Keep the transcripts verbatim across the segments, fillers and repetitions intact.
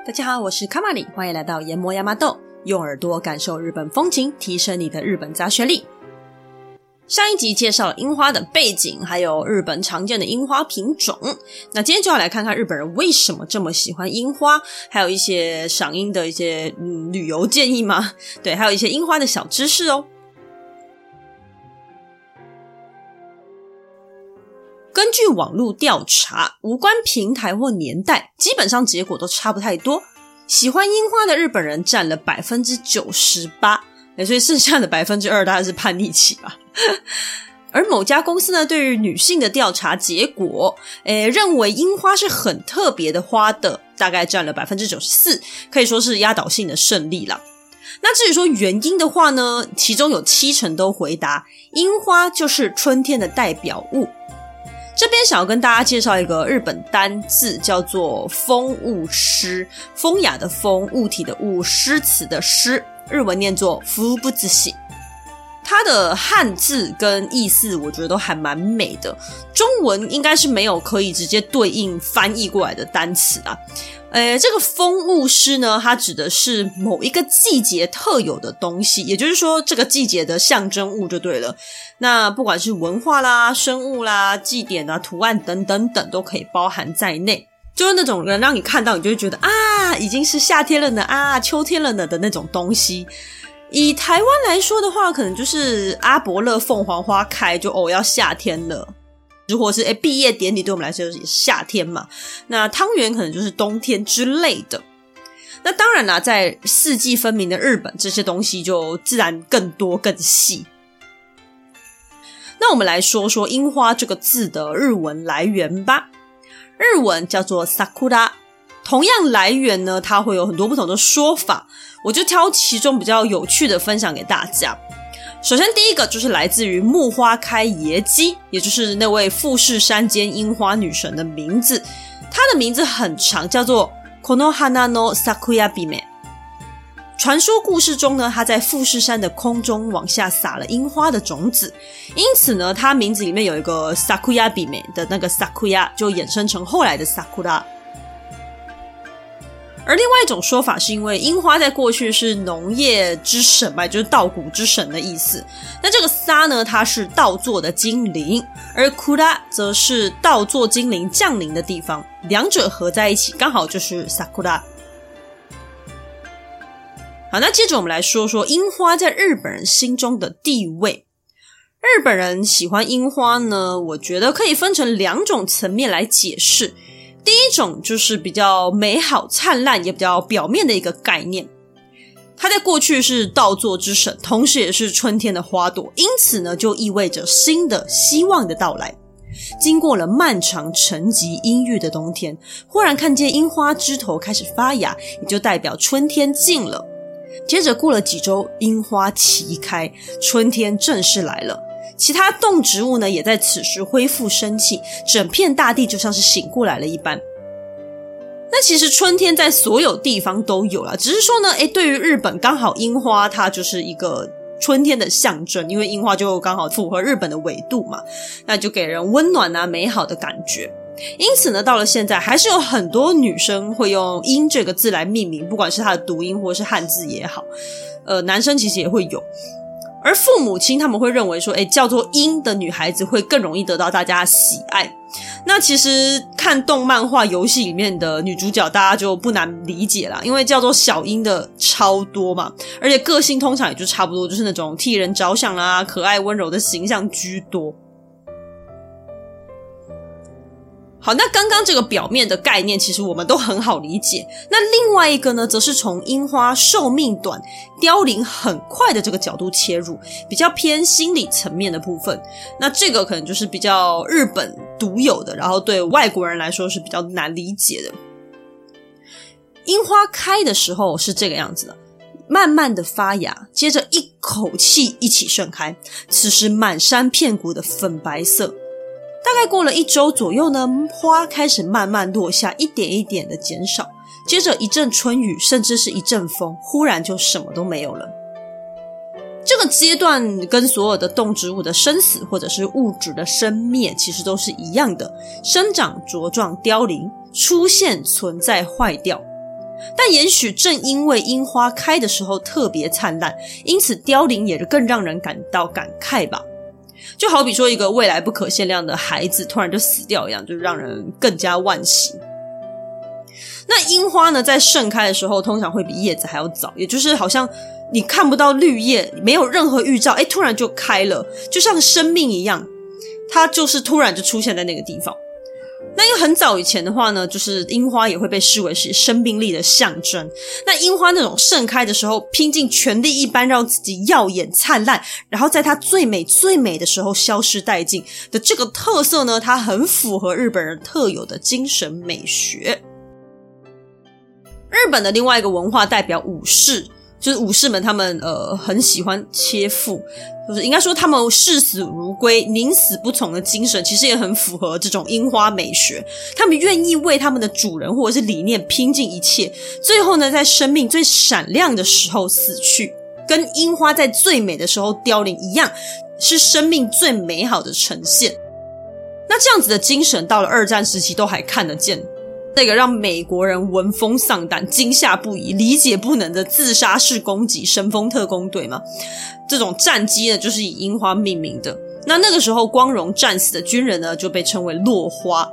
大家好，我是卡玛里，欢迎来到研磨亚麻豆，用耳朵感受日本风情，提升你的日本杂学力。上一集介绍了樱花的背景，还有日本常见的樱花品种。那今天就要来看看日本人为什么这么喜欢樱花，还有一些赏樱的一些、嗯、旅游建议吗？对，还有一些樱花的小知识哦。根据网络调查，无关平台或年代，基本上结果都差不太多。喜欢樱花的日本人占了 百分之九十八， 所以剩下的 百分之二 大概是叛逆期吧。而某家公司呢，对于女性的调查结果，诶，认为樱花是很特别的花的，大概占了 百分之九十四， 可以说是压倒性的胜利啦。那至于说原因的话呢，其中有七成都回答樱花就是春天的代表物。这边想要跟大家介绍一个日本单字，叫做风物诗，风雅的风，物体的物，诗词的诗，日文念作福不自喜。它的汉字跟意思我觉得都还蛮美的，中文应该是没有可以直接对应翻译过来的单词啊。呃，这个风物诗呢，它指的是某一个季节特有的东西，也就是说这个季节的象征物就对了。那不管是文化啦、生物啦、祭典啊、图案等等等都可以包含在内，就是那种人让你看到你就会觉得啊，已经是夏天了呢，啊，秋天了呢的那种东西。以台湾来说的话，可能就是阿伯乐凤凰花开，就哦要夏天了。如果是诶毕业典礼对我们来说也是夏天嘛，那汤圆可能就是冬天之类的。那当然啦，在四季分明的日本，这些东西就自然更多更细。那我们来说说樱花这个字的日文来源吧。日文叫做 sakura， 同样来源呢，它会有很多不同的说法，我就挑其中比较有趣的分享给大家。首先第一个就是来自于木花开耶姬，也就是那位富士山间樱花女神的名字。她的名字很长，叫做 Konohana no Sakuya Bime。 传说故事中呢，她在富士山的空中往下撒了樱花的种子，因此呢，她名字里面有一个 Sakuya Bime 的那个 Sakuya 就衍生成后来的 Sakura。而另外一种说法是因为樱花在过去是农业之神嘛，就是稻谷之神的意思。那这个撒呢，它是稻作的精灵，而 kura 则是稻作精灵降临的地方，两者合在一起刚好就是 sakura。 好，那接着我们来说说樱花在日本人心中的地位。日本人喜欢樱花呢，我觉得可以分成两种层面来解释。第一种就是比较美好灿烂也比较表面的一个概念，它在过去是稻作之神，同时也是春天的花朵，因此呢就意味着新的希望的到来。经过了漫长沉寂阴郁的冬天，忽然看见樱花枝头开始发芽，也就代表春天近了。接着过了几周，樱花齐开，春天正式来了。其他动植物呢，也在此时恢复生气，整片大地就像是醒过来了一般。那其实春天在所有地方都有啦，只是说呢，诶，对于日本刚好樱花它就是一个春天的象征，因为樱花就刚好符合日本的纬度嘛，那就给人温暖啊美好的感觉。因此呢，到了现在还是有很多女生会用樱这个字来命名，不管是它的读音或是汉字也好，呃，男生其实也会有。而父母亲他们会认为说，诶，叫做樱的女孩子会更容易得到大家的喜爱。那其实看动漫画游戏里面的女主角大家就不难理解啦，因为叫做小樱的超多嘛，而且个性通常也就差不多，就是那种替人着想啦、可爱温柔的形象居多。好，那刚刚这个表面的概念其实我们都很好理解，那另外一个呢，则是从樱花寿命短、凋零很快的这个角度切入，比较偏心理层面的部分。那这个可能就是比较日本独有的，然后对外国人来说是比较难理解的。樱花开的时候是这个样子的，慢慢的发芽，接着一口气一起盛开，此时满山遍谷的粉白色。大概过了一周左右呢，花开始慢慢落下，一点一点的减少，接着一阵春雨，甚至是一阵风，忽然就什么都没有了。这个阶段跟所有的动植物的生死或者是物质的生灭其实都是一样的，生长、茁壮、凋零，出现、存在、坏掉。 但也许正因为樱花开的时候特别灿烂，因此凋零也更让人感到感慨吧。就好比说一个未来不可限量的孩子突然就死掉一样，就让人更加惋惜。那樱花呢，在盛开的时候通常会比叶子还要早，也就是好像你看不到绿叶，没有任何预兆，诶，突然就开了，就像生命一样，它就是突然就出现在那个地方。那因为很早以前的话呢，就是樱花也会被视为是生命力的象征。那樱花那种盛开的时候，拼尽全力一般让自己耀眼灿烂，然后在它最美最美的时候消失殆尽的这个特色呢，它很符合日本人特有的精神美学。日本的另外一个文化代表武士，就是武士们他们呃很喜欢切腹，就是应该说他们视死如归宁死不从的精神其实也很符合这种樱花美学。他们愿意为他们的主人或者是理念拼尽一切，最后呢在生命最闪亮的时候死去，跟樱花在最美的时候凋零一样，是生命最美好的呈现。那这样子的精神到了二战时期都还看得见，这个让美国人闻风丧胆、惊吓不已、理解不能的自杀式攻击神风特攻队嘛，这种战机呢就是以樱花命名的。那那个时候光荣战死的军人呢就被称为落花。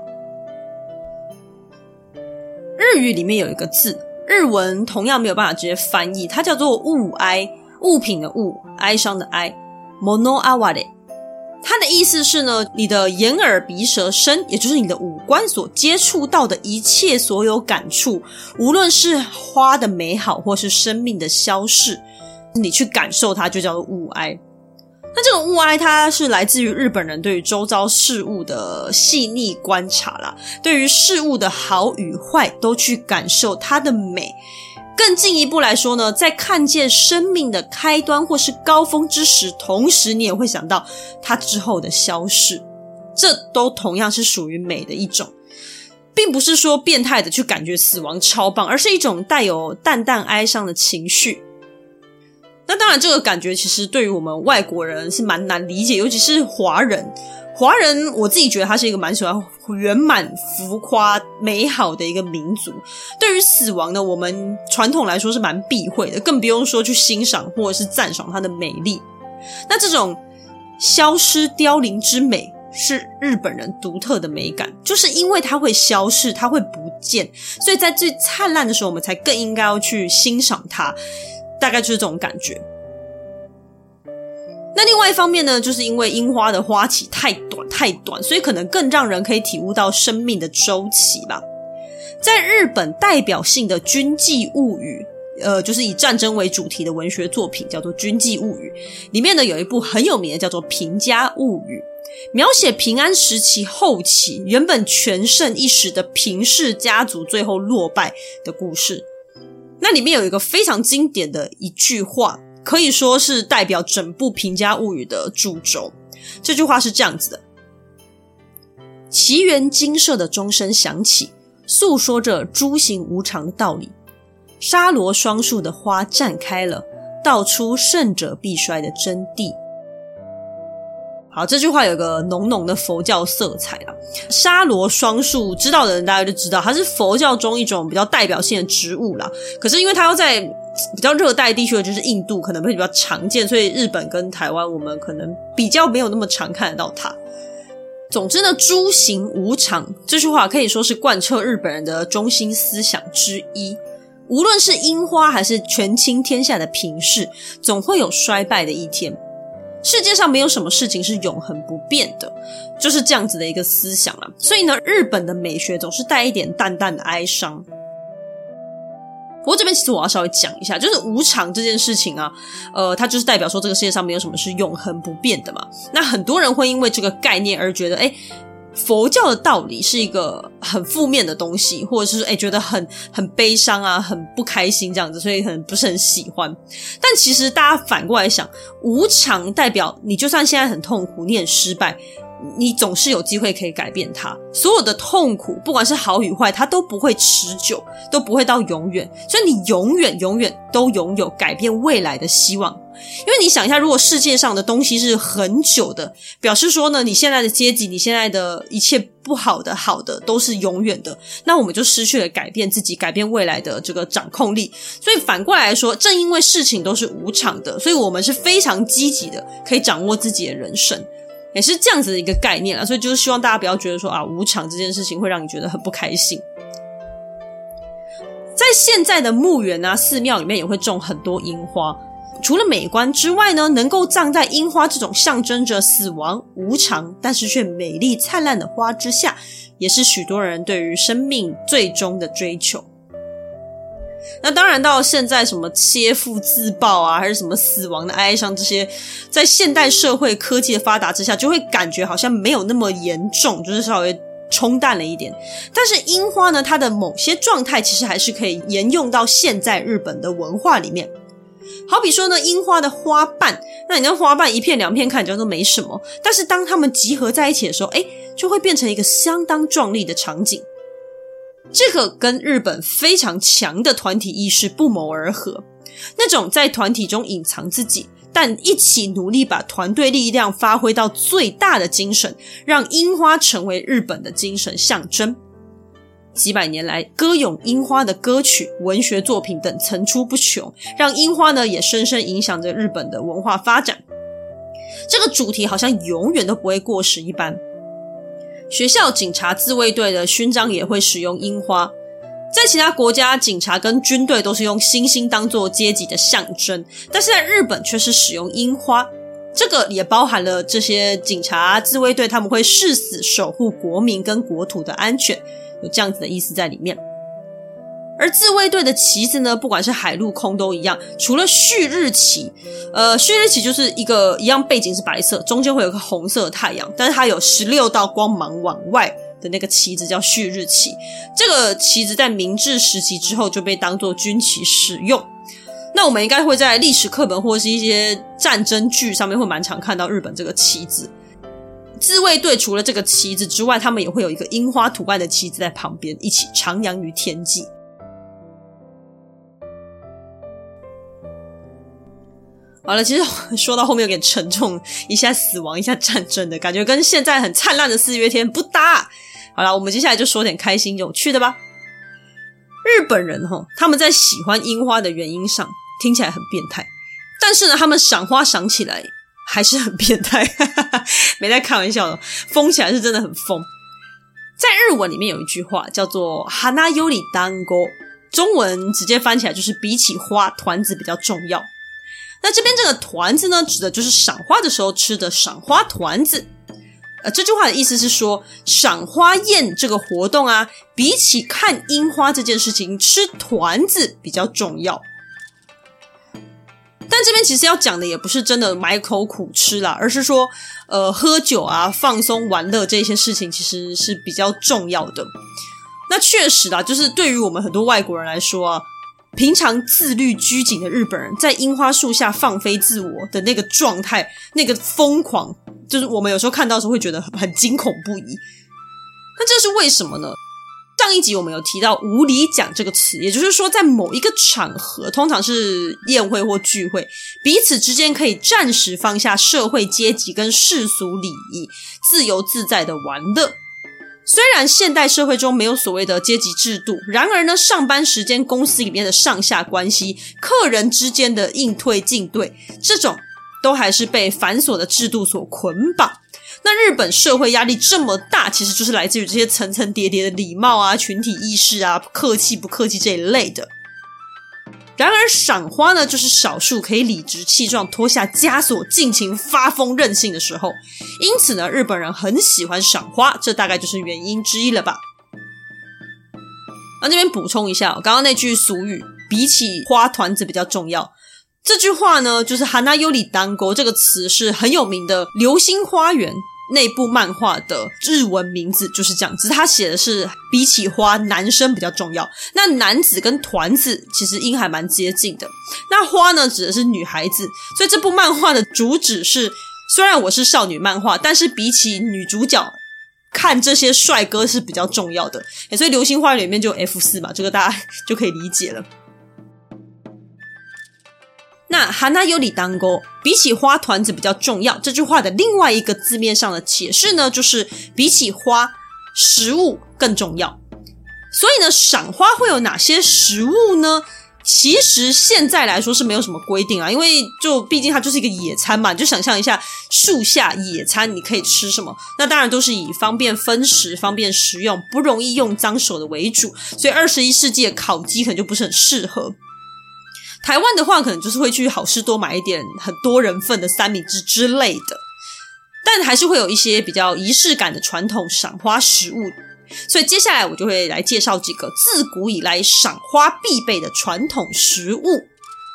日语里面有一个字，日文同样没有办法直接翻译，它叫做物哀，物品的物，哀伤的哀 mono aware。它的意思是呢，你的眼耳鼻舌身，也就是你的五官所接触到的一切所有感触，无论是花的美好或是生命的消逝，你去感受它就叫做物哀。那这个物哀它是来自于日本人对于周遭事物的细腻观察啦，对于事物的好与坏都去感受它的美。更进一步来说呢，在看见生命的开端或是高峰之时，同时你也会想到它之后的消逝，这都同样是属于美的一种。并不是说变态的去感觉死亡超棒，而是一种带有淡淡哀伤的情绪。那当然这个感觉其实对于我们外国人是蛮难理解，尤其是华人。华人我自己觉得他是一个蛮喜欢圆满浮夸美好的一个民族，对于死亡呢我们传统来说是蛮避讳的，更不用说去欣赏或者是赞赏它的美丽。那这种消失凋零之美是日本人独特的美感，就是因为它会消逝，它会不见，所以在最灿烂的时候我们才更应该要去欣赏它，大概就是这种感觉。那另外一方面呢，就是因为樱花的花期太短太短，所以可能更让人可以体悟到生命的周期吧。在日本代表性的军纪物语，呃，就是以战争为主题的文学作品叫做军纪物语，里面呢有一部很有名的叫做平家物语，描写平安时期后期原本全盛一时的平氏家族最后落败的故事。那里面有一个非常经典的一句话，可以说是代表整部平家物语的主轴。这句话是这样子的：奇缘精舍的钟声响起，诉说着诸行无常的道理。沙罗双树的花绽开了，道出胜者必衰的真谛。好，这句话有个浓浓的佛教色彩啦。沙罗双树知道的人大家就知道，它是佛教中一种比较代表性的植物啦。可是因为它要在比较热带地区的就是印度可能会比较常见，所以日本跟台湾我们可能比较没有那么常看得到它。总之呢，诸行无常这句话可以说是贯彻日本人的中心思想之一。无论是樱花还是权倾天下的平氏，总会有衰败的一天。世界上没有什么事情是永恒不变的，就是这样子的一个思想啦。所以呢，日本的美学总是带一点淡淡的哀伤。不过这边其实我要稍微讲一下，就是无常这件事情啊，呃，它就是代表说这个世界上没有什么是永恒不变的嘛。那很多人会因为这个概念而觉得，诶佛教的道理是一个很负面的东西，或者是诶觉得很很悲伤啊，很不开心这样子，所以可能不是很喜欢。但其实大家反过来想，无常代表你就算现在很痛苦，你很失败，你总是有机会可以改变它。所有的痛苦不管是好与坏，它都不会持久，都不会到永远，所以你永远永远都拥有改变未来的希望。 因为你想一下，如果世界上的东西是很久的，表示说呢，你现在的阶级，你现在的一切不好的好的都是永远的，那我们就失去了改变自己改变未来的这个掌控力。所以反过来说，正因为事情都是无常的，所以我们是非常积极的可以掌握自己的人生，也是这样子的一个概念啦。所以就是希望大家不要觉得说啊，无常这件事情会让你觉得很不开心。在现在的墓园啊寺庙里面也会种很多樱花，除了美观之外呢，能够葬在樱花这种象征着死亡无常但是却美丽灿烂的花之下，也是许多人对于生命最终的追求。那当然到现在什么切腹自爆啊，还是什么死亡的哀伤，这些在现代社会科技的发达之下，就会感觉好像没有那么严重，就是稍微冲淡了一点。但是樱花呢，它的某些状态其实还是可以沿用到现在日本的文化里面。好比说呢，樱花的花瓣，那你那花瓣一片两片看起来都没什么，但是当它们集合在一起的时候，诶，就会变成一个相当壮丽的场景。这个跟日本非常强的团体意识不谋而合，那种在团体中隐藏自己，但一起努力把团队力量发挥到最大的精神，让樱花成为日本的精神象征。几百年来，歌咏樱花的歌曲、文学作品等层出不穷，让樱花呢也深深影响着日本的文化发展。这个主题好像永远都不会过时一般。学校警察自卫队的勋章也会使用樱花，在其他国家警察跟军队都是用星星当作阶级的象征，但是在日本却是使用樱花。这个也包含了这些警察自卫队他们会誓死守护国民跟国土的安全，有这样子的意思在里面。而自卫队的旗子呢，不管是海陆空都一样，除了旭日旗，呃，旭日旗就是一个一样背景是白色，中间会有一个红色的太阳，但是它有十六道光芒往外的那个旗子叫旭日旗。这个旗子在明治时期之后就被当作军旗使用。那我们应该会在历史课本或是一些战争剧上面会蛮常看到日本这个旗子。自卫队除了这个旗子之外，他们也会有一个樱花图案的旗子在旁边，一起徜徉于天际。好了，其实说到后面有点沉重，一下死亡一下战争的感觉，跟现在很灿烂的四月天不搭。好了，我们接下来就说点开心有趣的吧。日本人齁，他们在喜欢樱花的原因上听起来很变态，但是呢他们赏花赏起来还是很变态没在开玩笑的，疯起来是真的很疯。在日文里面有一句话叫做花より団子，中文直接翻起来就是比起花，团子比较重要。那这边这个团子呢，指的就是赏花的时候吃的赏花团子。呃，这句话的意思是说，赏花宴这个活动啊，比起看樱花这件事情，吃团子比较重要。但这边其实要讲的也不是真的买口苦吃啦，而是说，呃，喝酒啊、放松玩乐这些事情其实是比较重要的。那确实啦，就是对于我们很多外国人来说啊，平常自律拘谨的日本人在樱花树下放飞自我的那个状态，那个疯狂，就是我们有时候看到的时候会觉得很惊恐不已。那这是为什么呢？上一集我们有提到无理讲这个词，也就是说在某一个场合，通常是宴会或聚会，彼此之间可以暂时放下社会阶级跟世俗礼仪，自由自在的玩乐。虽然现代社会中没有所谓的阶级制度，然而呢，上班时间、公司里面的上下关系、客人之间的应退进退，这种都还是被繁琐的制度所捆绑。那日本社会压力这么大，其实就是来自于这些层层叠叠的礼貌啊、群体意识啊、客气不客气这一类的。然而赏花呢，就是少数可以理直气壮脱下枷锁尽情发疯任性的时候，因此呢，日本人很喜欢赏花，这大概就是原因之一了吧。那这边补充一下，刚刚那句俗语比起花团子比较重要，这句话呢，就是花より団子这个词是很有名的流星花园内部漫画的日文名字，就是这样，只是他写的是比起花男生比较重要。那男子跟团子其实音还蛮接近的，那花呢指的是女孩子，所以这部漫画的主旨是，虽然我是少女漫画，但是比起女主角看这些帅哥是比较重要的，所以流星花园里面就有 F 四 嘛，这个大家就可以理解了。那那花より団子比起花团子比较重要，这句话的另外一个字面上的解释呢，就是比起花，食物更重要。所以呢，赏花会有哪些食物呢？其实现在来说是没有什么规定啊，因为就毕竟它就是一个野餐嘛，你就想象一下树下野餐你可以吃什么，那当然都是以方便分食、方便食用、不容易用脏手的为主，所以二十一世纪的烤鸡可能就不是很适合。台湾的话可能就是会去好事多买一点很多人份的三明治之类的，但还是会有一些比较仪式感的传统赏花食物。所以接下来我就会来介绍几个自古以来赏花必备的传统食物。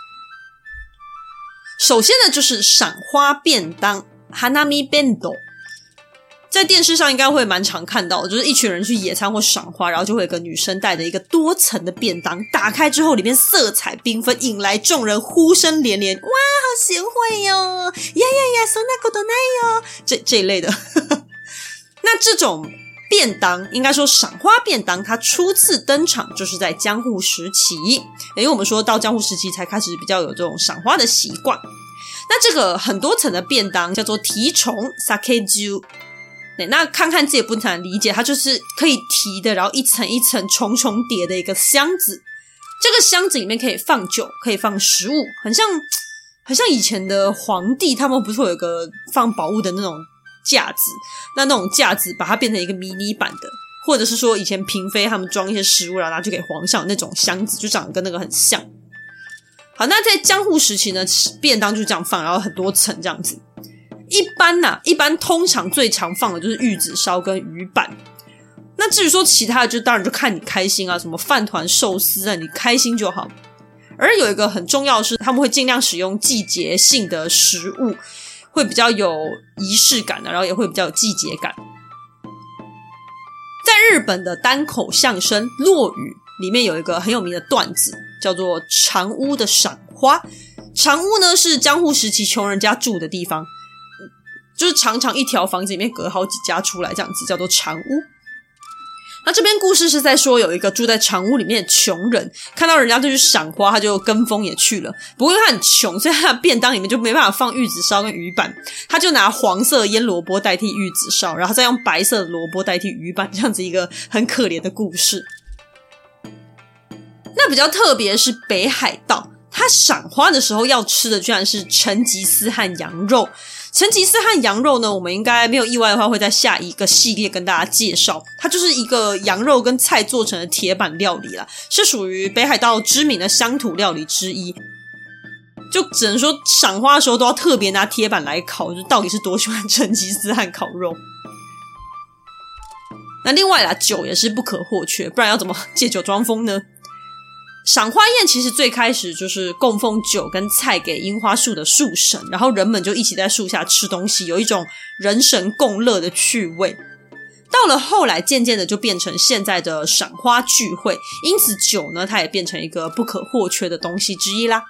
首先呢，就是赏花便当 Hanami Bento， 在电视上应该会蛮常看到的，就是一群人去野餐或赏花，然后就会有个女生带着一个多层的便当，打开之后里面色彩缤纷，引来众人呼声连连，哇好贤惠哟，呀呀呀そんなことないよ，这这一类的那这种便当应该说赏花便当它初次登场就是在江户时期，因为我们说到江户时期才开始比较有这种赏花的习惯。那这个很多层的便当叫做提虫 sakeju， 那看看字也不难理解，它就是可以提的，然后一层一层重重叠的一个箱子，这个箱子里面可以放酒，可以放食物，很像很像以前的皇帝他们不是会有个放宝物的那种架子，那那种架子把它变成一个迷你版的，或者是说以前嫔妃他们装一些食物然后拿去给皇上那种箱子，就长得跟那个很像。好，那在江户时期呢，便当就这样放，然后很多层这样子。一般啊，一般通常最常放的就是玉子烧跟鱼板。那至于说其他的，就当然就看你开心啊，什么饭团、寿司啊，你开心就好。而有一个很重要的是，他们会尽量使用季节性的食物，会比较有仪式感的，然后也会比较有季节感。在日本的单口相声落语里面有一个很有名的段子，叫做长屋的赏花。长屋呢是江户时期穷人家住的地方，就是常常一条房子里面隔好几家出来，这样子叫做长屋。那这边故事是在说有一个住在长屋里面的穷人，看到人家就去赏花，他就跟风也去了。不过因为他很穷，所以他的便当里面就没办法放玉子烧跟鱼板，他就拿黄色的腌萝卜代替玉子烧，然后再用白色的萝卜代替鱼板，这样子一个很可怜的故事。那比较特别的是北海道，他赏花的时候要吃的居然是成吉思汗羊肉。成吉思汗羊肉呢，我们应该没有意外的话会在下一个系列跟大家介绍，它就是一个羊肉跟菜做成的铁板料理啦，是属于北海道知名的乡土料理之一。就只能说赏花的时候都要特别拿铁板来烤，就到底是多喜欢成吉思汗烤肉。那另外啦，酒也是不可或缺，不然要怎么借酒装疯呢？赏花宴其实最开始就是供奉酒跟菜给樱花树的树神，然后人们就一起在树下吃东西，有一种人神共乐的趣味。到了后来渐渐的就变成现在的赏花聚会，因此酒呢它也变成一个不可或缺的东西之一啦。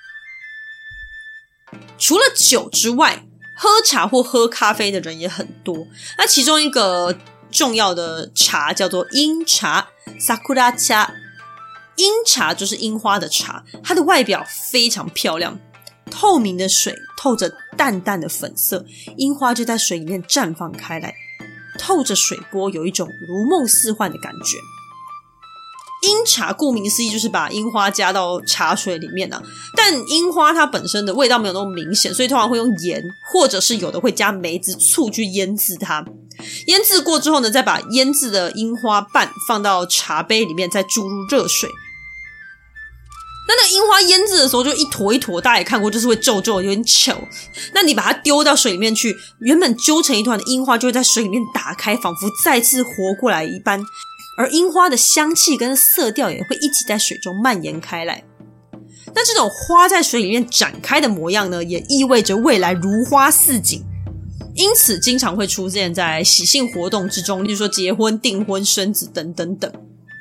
除了酒之外，喝茶或喝咖啡的人也很多，那其中一个重要的茶叫做樱茶 Sakura cha。樱茶就是樱花的茶，它的外表非常漂亮，透明的水透着淡淡的粉色，樱花就在水里面绽放开来，透着水波，有一种如梦似幻的感觉。樱茶顾名思义就是把樱花加到茶水里面啊，但樱花它本身的味道没有那么明显，所以通常会用盐，或者是有的会加梅子醋去腌制它。腌制过之后呢，再把腌制的樱花瓣放到茶杯里面，再注入热水。那那个樱花腌制的时候就一坨一坨，大家也看过，就是会皱皱有点糗。那你把它丢到水里面去，原本揪成一团的樱花就会在水里面打开，仿佛再次活过来一般，而樱花的香气跟色调也会一起在水中蔓延开来。那这种花在水里面展开的模样呢，也意味着未来如花似锦，因此经常会出现在喜庆活动之中，例如说结婚、订婚、生子等等等。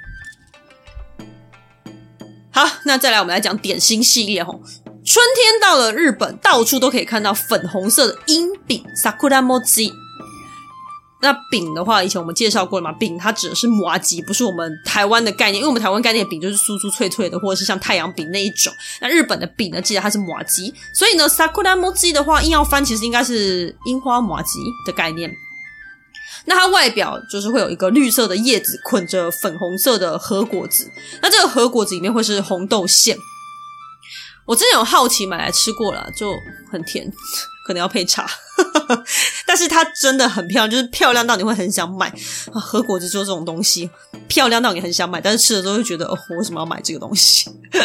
好，那再来我们来讲点心系列齁。春天到了日本，到处都可以看到粉红色的樱饼 Sakura Mochi。 那饼的话，以前我们介绍过了嘛，饼它指的是麻糬，不是我们台湾的概念，因为我们台湾概念的饼就是酥酥脆脆的，或者是像太阳饼那一种。那日本的饼呢，记得它是麻糬，所以呢 sakura mochi 的话硬要翻其实应该是樱花麻糬的概念。那它外表就是会有一个绿色的叶子捆着粉红色的核果子，那这个核果子里面会是红豆馅。我之前有好奇买来吃过了，就很甜，可能要配茶但是它真的很漂亮，就是漂亮到你会很想买啊！核果子就是这种东西，漂亮到你很想买，但是吃了之后会觉得哦，我为什么要买这个东西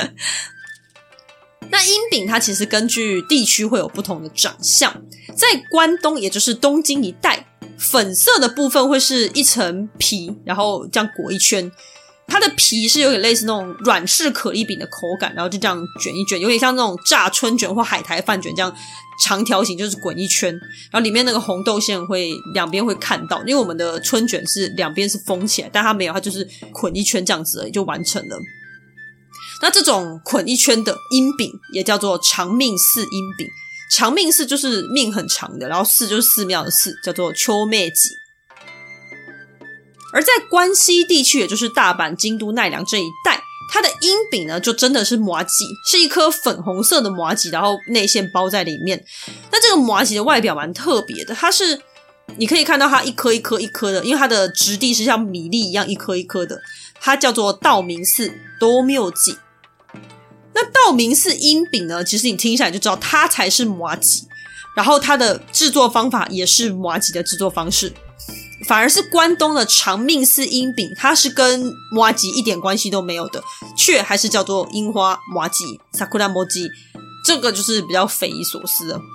那樱饼它其实根据地区会有不同的长相，在关东也就是东京一带，粉色的部分会是一层皮，然后这样裹一圈，它的皮是有点类似那种软式可丽饼的口感，然后就这样卷一卷，有点像那种炸春卷或海苔饭卷这样长条形，就是滚一圈，然后里面那个红豆馅会两边会看到，因为我们的春卷是两边是封起来，但它没有，它就是捆一圈这样子而已就完成了。那这种捆一圈的樱饼也叫做长命寺樱饼，长命寺就是命很长的，然后寺就是寺庙的寺，叫做秋妹吉。而在关西地区，也就是大阪、京都、奈良这一带，它的樱饼呢就真的是麻糬，是一颗粉红色的麻糬，然后内馅包在里面。那这个麻糬的外表蛮特别的，它是你可以看到它一颗一颗一颗的，因为它的质地是像米粒一样一颗一颗的，它叫做道明寺多谬吉。那道明寺樱饼呢，其实你听下来就知道它才是麻糬，然后它的制作方法也是麻糬的制作方式。反而是关东的长命寺樱饼，它是跟麻糬一点关系都没有的，却还是叫做樱花麻糬 sakura mochi， 这个就是比较匪夷所思的。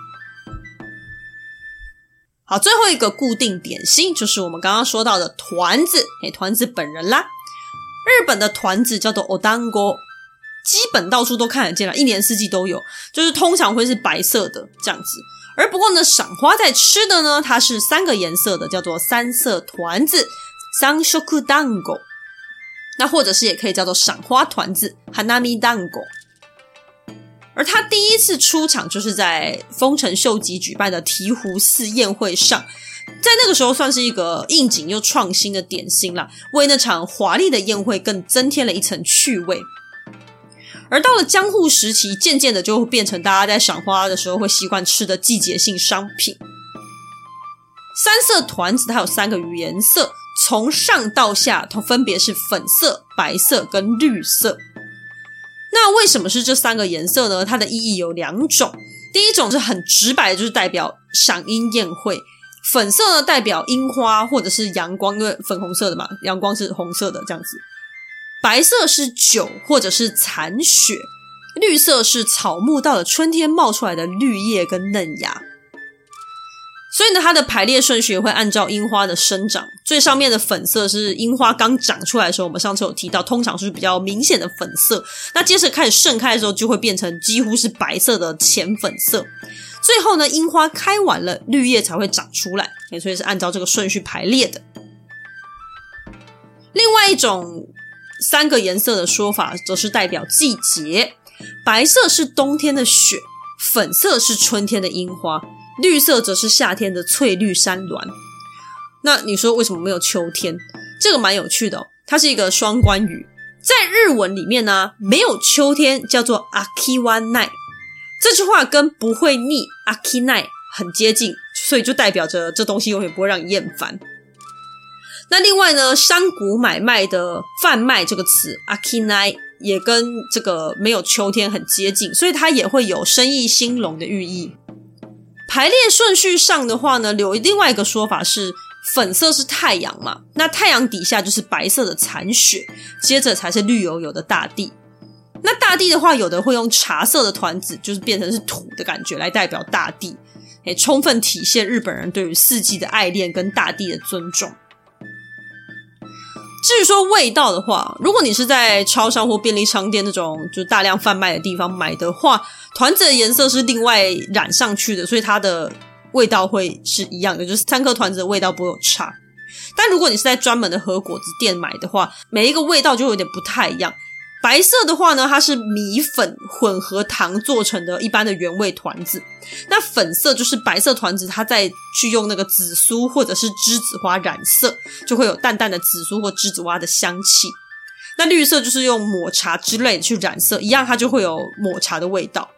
好，最后一个固定点心就是我们刚刚说到的团子，诶，团子本人啦。日本的团子叫做 odango， 基本到处都看得见啦，一年四季都有，就是通常会是白色的这样子。而不过呢，赏花在吃的呢，它是三个颜色的，叫做三色团子 sanshōku dango， 那或者是也可以叫做赏花团子 hanami dango。 而他第一次出场就是在丰臣秀吉举办的醍醐寺宴会上，在那个时候算是一个应景又创新的点心啦，为那场华丽的宴会更增添了一层趣味。而到了江户时期，渐渐的就会变成大家在赏花的时候会习惯吃的季节性商品。三色团子它有三个颜色，从上到下它分别是粉色、白色跟绿色。那为什么是这三个颜色呢？它的意义有两种，第一种是很直白的，就是代表赏樱宴会，粉色呢代表樱花或者是阳光，因为粉红色的嘛，阳光是红色的这样子。白色是酒或者是残雪，绿色是草木到了春天冒出来的绿叶跟嫩芽。所以呢，它的排列顺序也会按照樱花的生长，最上面的粉色是樱花刚长出来的时候，我们上次有提到，通常是比较明显的粉色，那接着开始盛开的时候就会变成几乎是白色的浅粉色，最后呢，樱花开完了，绿叶才会长出来，所以是按照这个顺序排列的。另外一种三个颜色的说法则是代表季节，白色是冬天的雪，粉色是春天的樱花，绿色则是夏天的翠绿山峦。那你说为什么没有秋天？这个蛮有趣的哦，它是一个双关语。在日文里面呢，没有秋天叫做 aki wa nai， 这句话跟不会腻 aki nai 很接近，所以就代表着这东西永远不会让你厌烦。那另外呢，山谷买卖的贩卖这个词 akinai 也跟这个没有秋天很接近，所以它也会有生意兴隆的寓意。排列顺序上的话呢，有另外一个说法是粉色是太阳嘛，那太阳底下就是白色的残雪，接着才是绿油油的大地。那大地的话，有的会用茶色的团子，就是变成是土的感觉来代表大地，诶，充分体现日本人对于四季的爱恋跟大地的尊重。至于说味道的话，如果你是在超商或便利商店那种就大量贩卖的地方买的话，团子的颜色是另外染上去的，所以它的味道会是一样的，就是三颗团子的味道不会有差。但如果你是在专门的和果子店买的话，每一个味道就有点不太一样。 白色的话呢，它是米粉混合糖做成的一般的原味团子。那粉色就是白色团子，它再去用那个紫苏或者是栀子花染色，就会有淡淡的紫苏或栀子花的香气。那绿色就是用抹茶之类的去染色，一样它就会有抹茶的味道。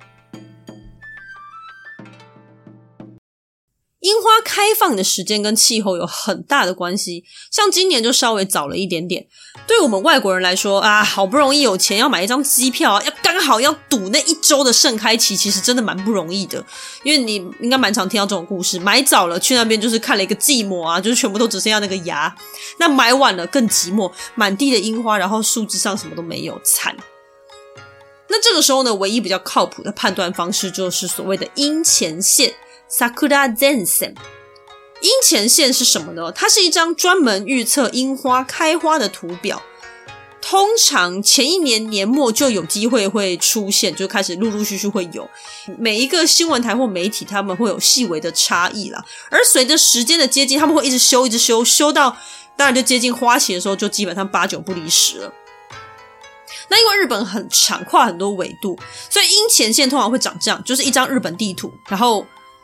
樱花开放的时间跟气候有很大的关系，像今年就稍微早了一点点。对我们外国人来说啊，好不容易有钱要买一张机票啊，要刚好要赌那一周的盛开期，其实真的蛮不容易的。因为你应该蛮常听到这种故事，买早了去那边就是看了一个寂寞啊，就是全部都只剩下那个芽。那买晚了更寂寞，满地的樱花，然后树枝上什么都没有，惨。那这个时候呢，唯一比较靠谱的判断方式就是所谓的樱前线Sakura Zensen。 樱前线是什么呢？它是一张专门预测樱花开花的图表，通常前一年年末就有机会会出现，就开始陆陆续续会有。每一个新闻台或媒体他们会有细微的差异啦，而随着时间的接近，他们会一直修一直修，修到当然就接近花期的时候，就基本上八九不离十了。那因为日本很长，跨很多纬度，所以樱前线通常会长这样，就是一张日本地图，然后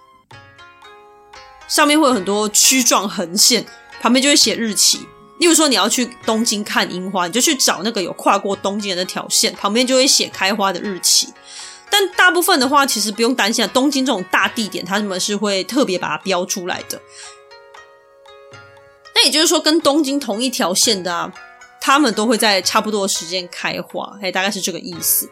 上面会有很多曲状横线，旁边就会写日期。例如说你要去东京看樱花，你就去找那个有跨过东京的那条线，旁边就会写开花的日期。但大部分的话其实不用担心，东京这种大地点他们是会特别把它标出来的。那也就是说跟东京同一条线的啊，他们都会在差不多的时间开花，大概是这个意思。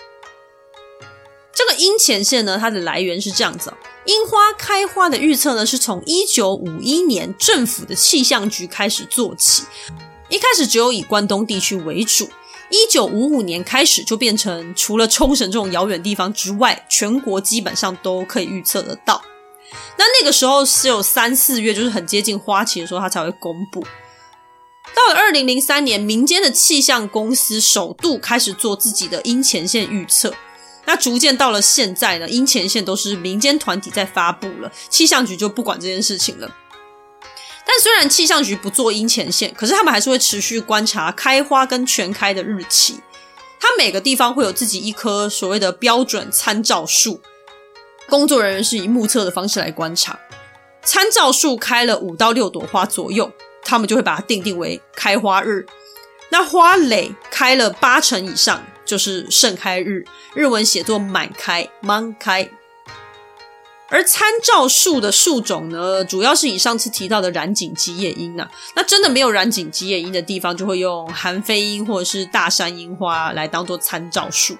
这个樱前线呢，它的来源是这样子哦。樱花开花的预测呢，是从一九五一年政府的气象局开始做起。一开始只有以关东地区为主，一九五五年开始就变成除了冲绳这种遥远地方之外，全国基本上都可以预测得到。那那个时候是有三四月，就是很接近花期的时候，它才会公布。到了二零零三年，民间的气象公司首度开始做自己的樱前线预测。那逐渐到了现在呢，樱前线都是民间团体在发布了，气象局就不管这件事情了。但虽然气象局不做樱前线，可是他们还是会持续观察开花跟全开的日期。它每个地方会有自己一棵所谓的标准参照树，工作人员是以目测的方式来观察。参照树开了五到六朵花左右，他们就会把它定定为开花日。那花蕾开了八成以上，就是盛开日，日文写作满开 满开。而参照树的树种呢，主要是以上次提到的染井吉野樱啊。那真的没有染井吉野樱的地方，就会用韩非樱或者是大山樱花来当做参照树。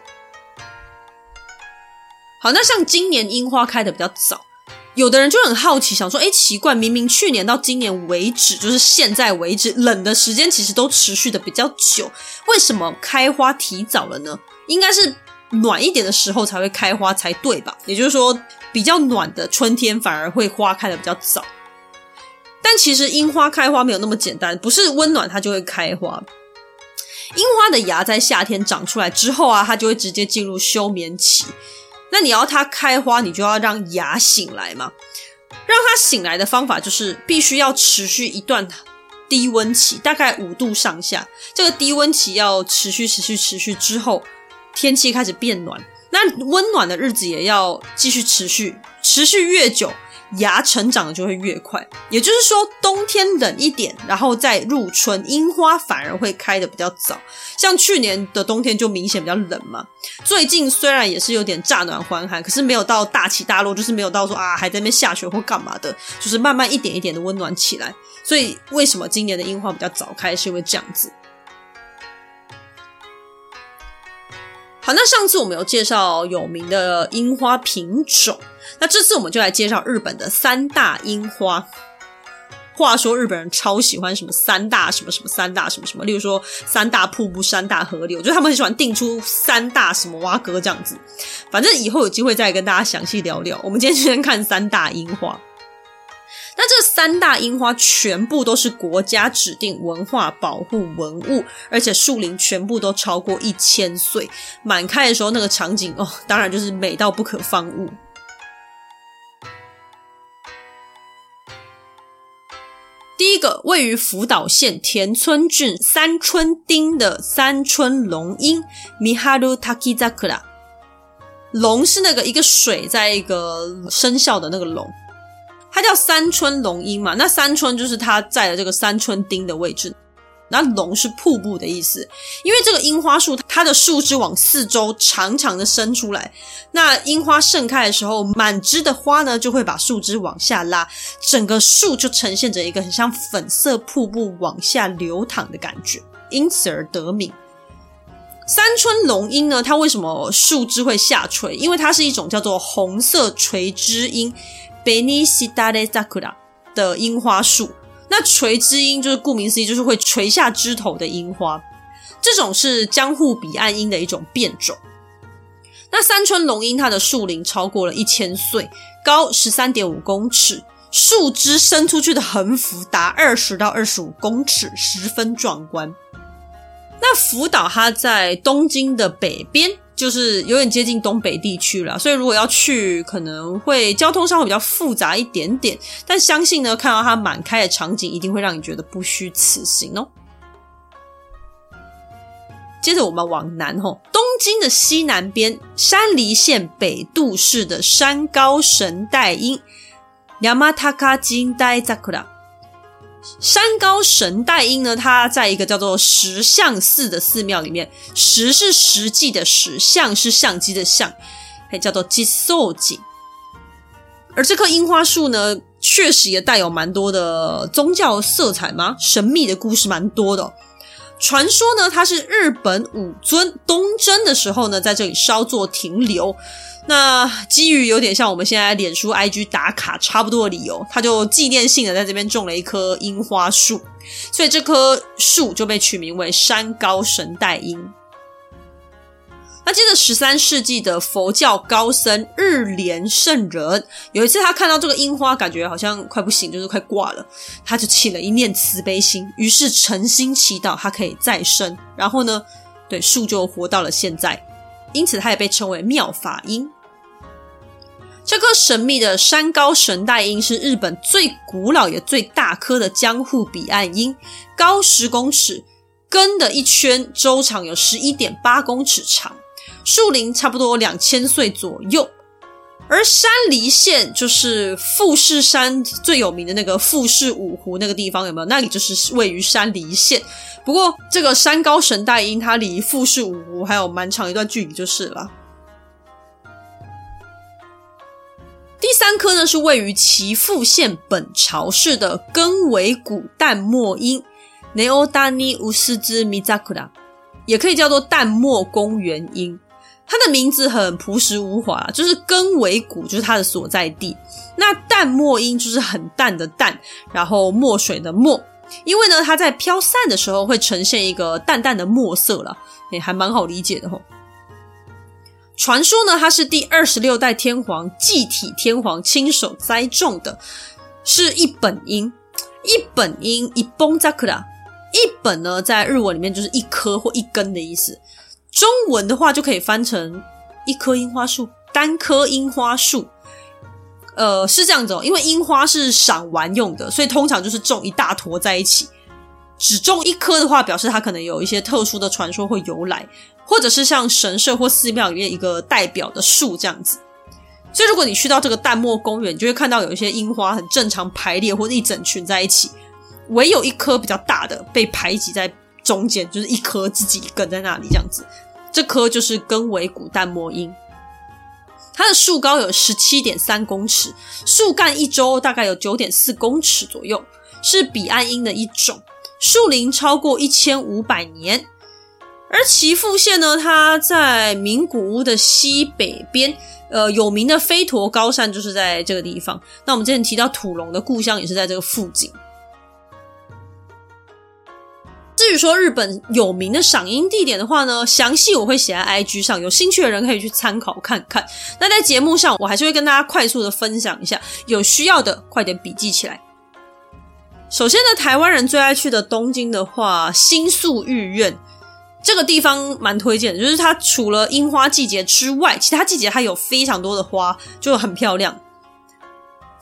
好，那像今年樱花开的比较早，有的人就很好奇，想说诶奇怪，明明去年到今年为止，就是现在为止，冷的时间其实都持续的比较久，为什么开花提早了呢？应该是暖一点的时候才会开花才对吧？也就是说比较暖的春天反而会花开的比较早。但其实樱花开花没有那么简单，不是温暖它就会开花。樱花的芽在夏天长出来之后啊，它就会直接进入休眠期。那你要它开花，你就要让芽醒来嘛。让它醒来的方法就是必须要持续一段低温期，大概五度上下。这个低温期要持续持续持续之后，天气开始变暖，那温暖的日子也要继续持续，持续越久，芽成长的就会越快。也就是说冬天冷一点，然后再入春，樱花反而会开得比较早。像去年的冬天就明显比较冷嘛，最近虽然也是有点乍暖还寒，可是没有到大起大落，就是没有到说啊还在那边下雪或干嘛的，就是慢慢一点一点的温暖起来。所以为什么今年的樱花比较早开，是因为这样子。好，那上次我们有介绍有名的樱花品种，那这次我们就来介绍日本的三大樱花。话说日本人超喜欢什么三大什么什么三大什么什么，例如说三大瀑布、三大河流，就是他们很喜欢定出三大什么蛙哥这样子。反正以后有机会再跟大家详细聊聊。我们今天先看三大樱花。那这三大樱花全部都是国家指定文化保护文物，而且树龄全部都超过一千岁。满开的时候那个场景哦，当然就是美到不可方物。 第一个位于福岛县田村郡三春町的三春龙樱 Miharu Takizakura， 龙是那个一个水在一个生肖的那个龙，它叫三春龙樱嘛，那三春就是它在的这个三春町的位置，那龙是瀑布的意思，因为这个樱花树它的树枝往四周长长的伸出来，那樱花盛开的时候，满枝的花呢就会把树枝往下拉，整个树就呈现着一个很像粉色瀑布往下流淌的感觉，因此而得名。三春龙樱呢，它为什么树枝会下垂？因为它是一种叫做红色垂枝樱 Beni Shitare Sakura 的樱花树。那垂枝樱就是顾名思义，就是会垂下枝头的樱花，这种是江户彼岸樱的一种变种。那三春龙樱它的树龄超过了一千岁，高 十三点五公尺，树枝伸出去的横幅达二十到二十五公尺，十分壮观。那福岛它在东京的北边，就是有点接近东北地区了，所以如果要去可能会交通上会比较复杂一点点，但相信呢看到它满开的场景一定会让你觉得不虚此行哦。接着我们往南吼，东京的西南边山梨县北杜市的山高神代樱 Yamataka Jindai Zakura。山高神代樱呢，它在一个叫做石像寺的寺庙里面，石是实际的石，像是相机的像，还叫做吉寿井。而这棵樱花树呢，确实也带有蛮多的宗教色彩吗？神秘的故事蛮多的哦。传说呢，它是日本武尊东征的时候呢，在这里稍作停留。那基于有点像我们现在脸书 I G 打卡差不多的理由，他就纪念性的在这边种了一棵樱花树，所以这棵树就被取名为山高神代樱。那接着十三世纪的佛教高僧日莲圣人，有一次他看到这个樱花感觉好像快不行，就是快挂了，他就起了一念慈悲心，于是诚心祈祷他可以再生，然后呢对，树就活到了现在，因此它也被称为妙法樱。这棵神秘的山高神代樱是日本最古老也最大棵的江户彼岸樱，高十公尺，根的一圈周长有 十一点八公尺长，树龄差不多两千岁左右。而山梨县就是富士山最有名的那个富士五湖那个地方，有没有？那里就是位于山梨县。不过这个山高神代樱它离富士五湖还有蛮长一段距离就是了。第三棵呢是位于岐阜县本巢市的根尾谷淡墨樱 Neodani Usuzu Mizakura， 也可以叫做淡墨公园樱。它的名字很朴实无华，就是根尾谷就是它的所在地，那淡墨樱就是很淡的淡，然后墨水的墨，因为呢它在飘散的时候会呈现一个淡淡的墨色啦，也还蛮好理解的吼。传说呢它是第二十六代天皇祭体天皇亲手栽种的，是一本樱。一本樱一本桜，一本呢在日文里面就是一棵或一根的意思，中文的话就可以翻成一棵樱花树，单棵樱花树。呃，是这样子哦，因为樱花是赏玩用的，所以通常就是种一大坨在一起。只种一棵的话，表示它可能有一些特殊的传说会由来，或者是像神社或寺庙里面一个代表的树这样子。所以如果你去到这个淡墨公园，你就会看到有一些樱花很正常排列或者一整群在一起，唯有一棵比较大的被排挤在中间，就是一棵自己一根在那里这样子。这棵就是根尾谷淡墨樱，它的树高有 十七点三公尺，树干一周大概有 九点四公尺左右，是彼岸樱的一种，树龄超过一千五百年。而岐阜县呢，它在名古屋的西北边，呃，有名的飞驒高山就是在这个地方。那我们之前提到土龙的故乡也是在这个附近。至于说日本有名的赏樱地点的话呢，详细我会写在 I G 上，有兴趣的人可以去参考看看。那在节目上我还是会跟大家快速的分享一下，有需要的快点笔记起来。首先呢，台湾人最爱去的东京的话，新宿御苑这个地方蛮推荐的，就是它除了樱花季节之外，其他季节它有非常多的花，就很漂亮。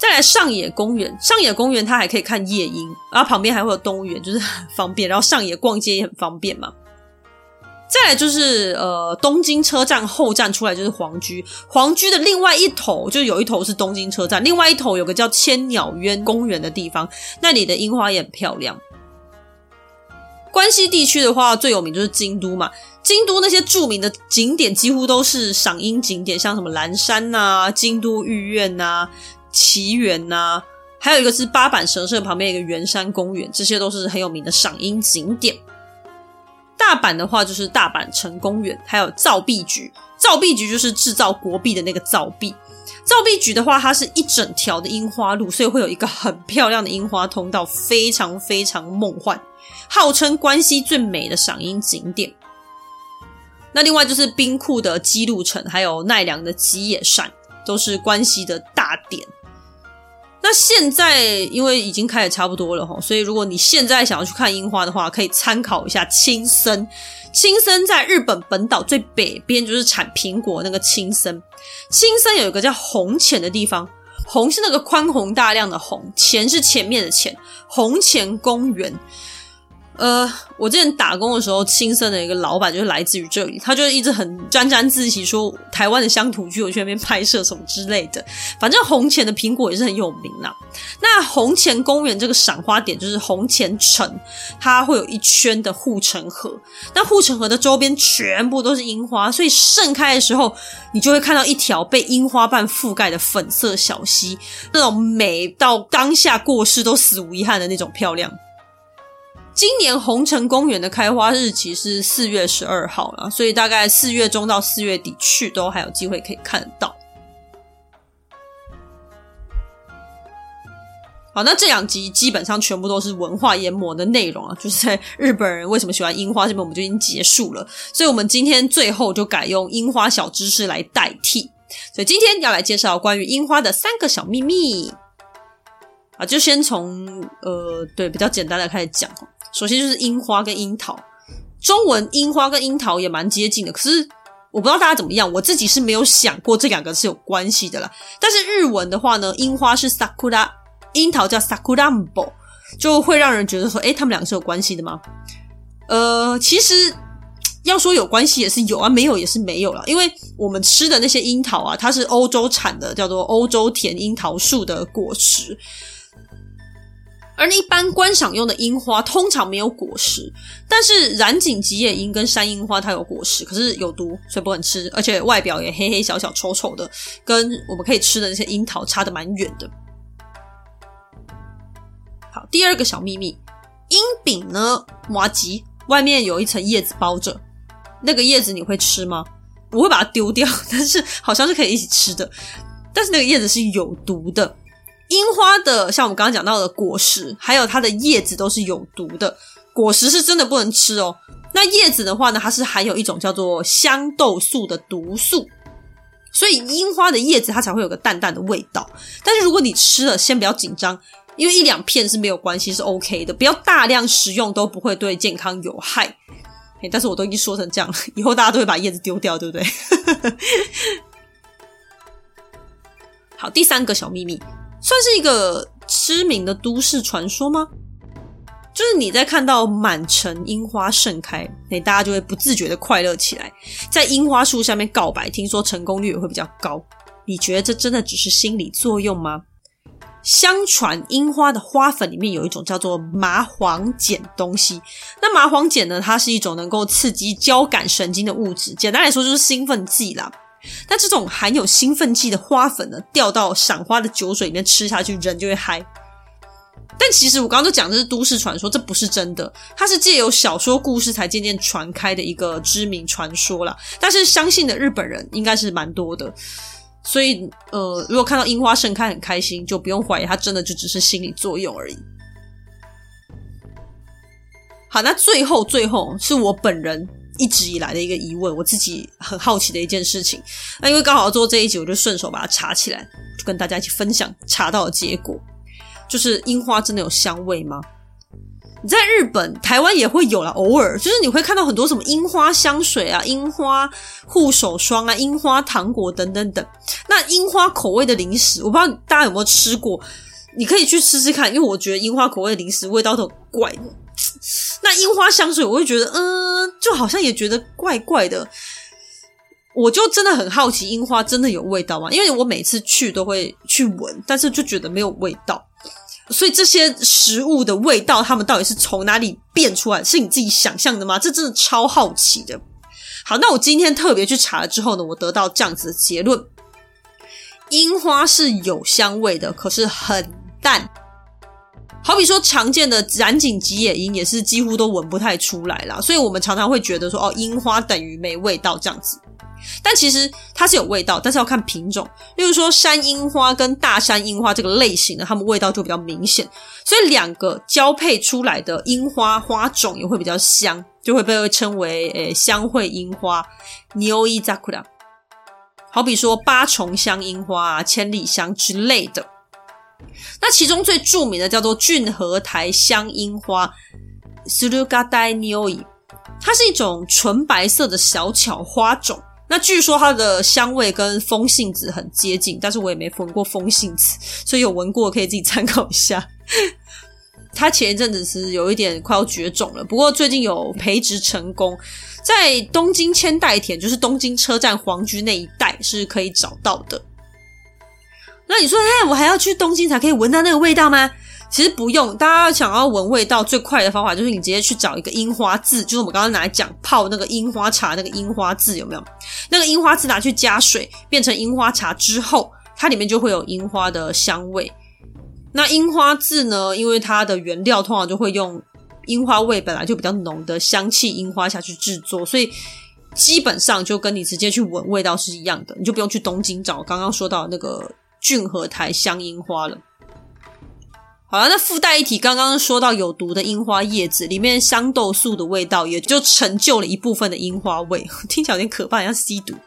再来上野公园，上野公园它还可以看夜莺，然后旁边还会有动物园，就是很方便，然后上野逛街也很方便嘛。再来就是呃东京车站后站出来就是皇居，皇居的另外一头就有一头是东京车站，另外一头有个叫千鸟渊公园的地方，那里的樱花也很漂亮。关西地区的话最有名就是京都嘛，京都那些著名的景点几乎都是赏樱景点，像什么岚山啊、京都御苑啊、奇园啊，还有一个是八坂神社旁边有一个圆山公园，这些都是很有名的赏樱景点。大阪的话就是大阪城公园，还有造币局，造币局就是制造国币的那个造币。造币局的话它是一整条的樱花路，所以会有一个很漂亮的樱花通道，非常非常梦幻，号称关西最美的赏樱景点。那另外就是兵库的姬路城，还有奈良的吉野山，都是关西的大点。那现在因为已经开得差不多了齁，所以如果你现在想要去看樱花的话，可以参考一下青森。青森在日本本岛最北边，就是产苹果那个青森。青森有一个叫红前的地方，红是那个宽宏大量的红，前是前面的前，红前公园。呃，我之前打工的时候，青森的一个老板就是来自于这里，他就一直很沾沾自喜说台湾的乡土剧我去那边拍摄什么之类的。反正红前的苹果也是很有名啦。那红前公园这个赏花点就是红前城，它会有一圈的护城河，那护城河的周边全部都是樱花，所以盛开的时候你就会看到一条被樱花瓣覆盖的粉色小溪，那种美到当下过世都死无遗憾的那种漂亮。今年红城公园的开花日期是四月十二号啦，所以大概四月中到四月底去都还有机会可以看得到。好，那这两集基本上全部都是文化研磨的内容啊，就是在日本人为什么喜欢樱花这边我们就已经结束了，所以我们今天最后就改用樱花小知识来代替。所以今天要来介绍关于樱花的三个小秘密啊，就先从呃对比较简单的开始讲。首先就是樱花跟樱桃，中文樱花跟樱桃也蛮接近的，可是我不知道大家怎么样，我自己是没有想过这两个是有关系的啦。但是日文的话呢，樱花是 sakura， 樱桃叫 sakurambo， 就会让人觉得说诶他们两个是有关系的吗？呃其实要说有关系也是有啊，没有也是没有啦。因为我们吃的那些樱桃啊，它是欧洲产的，叫做欧洲甜樱桃树的果实，而一般观赏用的樱花通常没有果实，但是染井吉野樱跟山樱花它有果实，可是有毒，所以不能吃，而且外表也黑黑小小丑丑的，跟我们可以吃的那些樱桃差得蛮远的。好，第二个小秘密，樱饼呢，麻糬外面有一层叶子包着，那个叶子你会吃吗？我会把它丢掉，但是好像是可以一起吃的，但是那个叶子是有毒的。樱花的像我们刚刚讲到的果实还有它的叶子都是有毒的，果实是真的不能吃哦。那叶子的话呢，它是含有一种叫做香豆素的毒素，所以樱花的叶子它才会有个淡淡的味道。但是如果你吃了先不要紧张，因为一两片是没有关系，是 OK 的，不要大量食用都不会对健康有害。但是我都已经说成这样了，以后大家都会把叶子丢掉，对不对？好，第三个小秘密算是一个知名的都市传说吗？就是你在看到满城樱花盛开，大家就会不自觉的快乐起来，在樱花树下面告白，听说成功率也会比较高。你觉得这真的只是心理作用吗？相传樱花的花粉里面有一种叫做麻黄碱东西，那麻黄碱呢，它是一种能够刺激交感神经的物质，简单来说就是兴奋剂啦。那这种含有兴奋剂的花粉呢，掉到赏花的酒水里面吃下去，人就会嗨。但其实我刚刚都讲的是都市传说，这不是真的，它是借由小说故事才渐渐传开的一个知名传说啦。但是相信的日本人应该是蛮多的，所以呃，如果看到樱花盛开很开心，就不用怀疑它真的就只是心理作用而已。好，那最后最后是我本人一直以来的一个疑问，我自己很好奇的一件事情。那因为刚好要做这一集，我就顺手把它查起来，就跟大家一起分享查到的结果。就是樱花真的有香味吗？ 你在日本台湾也会有啦，偶尔就是你会看到很多什么樱花香水啊、樱花护手霜啊、樱花糖果等等等。那樱花口味的零食我不知道大家有没有吃过，你可以去吃吃看，因为我觉得樱花口味的零食味道都很怪的。那樱花香水我会觉得嗯，就好像也觉得怪怪的。我就真的很好奇樱花真的有味道吗？因为我每次去都会去闻，但是就觉得没有味道。所以这些食物的味道他们到底是从哪里变出来，是你自己想象的吗？这真的超好奇的。好，那我今天特别去查了之后呢，我得到这样子的结论：樱花是有香味的，可是很淡。好比说常见的染井吉野樱也是几乎都闻不太出来啦，所以我们常常会觉得说哦，樱花等于没味道这样子。但其实它是有味道，但是要看品种。例如说山樱花跟大山樱花这个类型的，它们味道就比较明显，所以两个交配出来的樱花花种也会比较香，就会被称为诶香会樱花 Nyoi Zakura。 好比说八重香樱花啊、千里香之类的。那其中最著名的叫做骏河台香樱花 Surugadai Nyoi， 它是一种纯白色的小巧花种。那据说它的香味跟风信子很接近，但是我也没闻过风信子，所以有闻过可以自己参考一下。它前一阵子是有一点快要绝种了，不过最近有培植成功，在东京千代田，就是东京车站皇居那一带是可以找到的。那你说哎，我还要去东京才可以闻到那个味道吗？其实不用，大家想要闻味道最快的方法就是你直接去找一个樱花渍，就是我们刚刚拿来讲泡那个樱花茶那个樱花渍，有没有？那个樱花渍拿去加水变成樱花茶之后，它里面就会有樱花的香味。那樱花渍呢，因为它的原料通常就会用樱花味本来就比较浓的香气樱花下去制作，所以基本上就跟你直接去闻味道是一样的，你就不用去东京找刚刚说到的那个骏河台香樱花了。好了，那附带一提，刚刚说到有毒的樱花叶子里面香豆素的味道也就成就了一部分的樱花味，听起来有点可怕，像吸毒。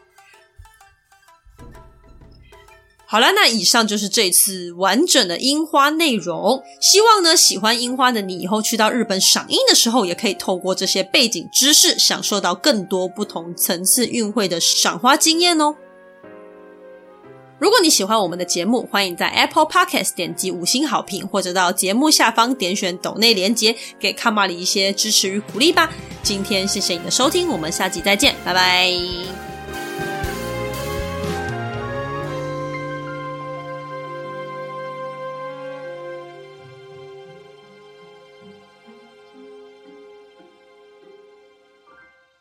好了，那以上就是这次完整的樱花内容，希望呢喜欢樱花的你以后去到日本赏樱的时候，也可以透过这些背景知识享受到更多不同层次韵味的赏花经验哦。如果你喜欢我们的节目，欢迎在 Apple Podcast 点击五星好评，或者到节目下方点选抖内连结，给卡玛里一些支持与鼓励吧。今天谢谢你的收听，我们下集再见，拜拜。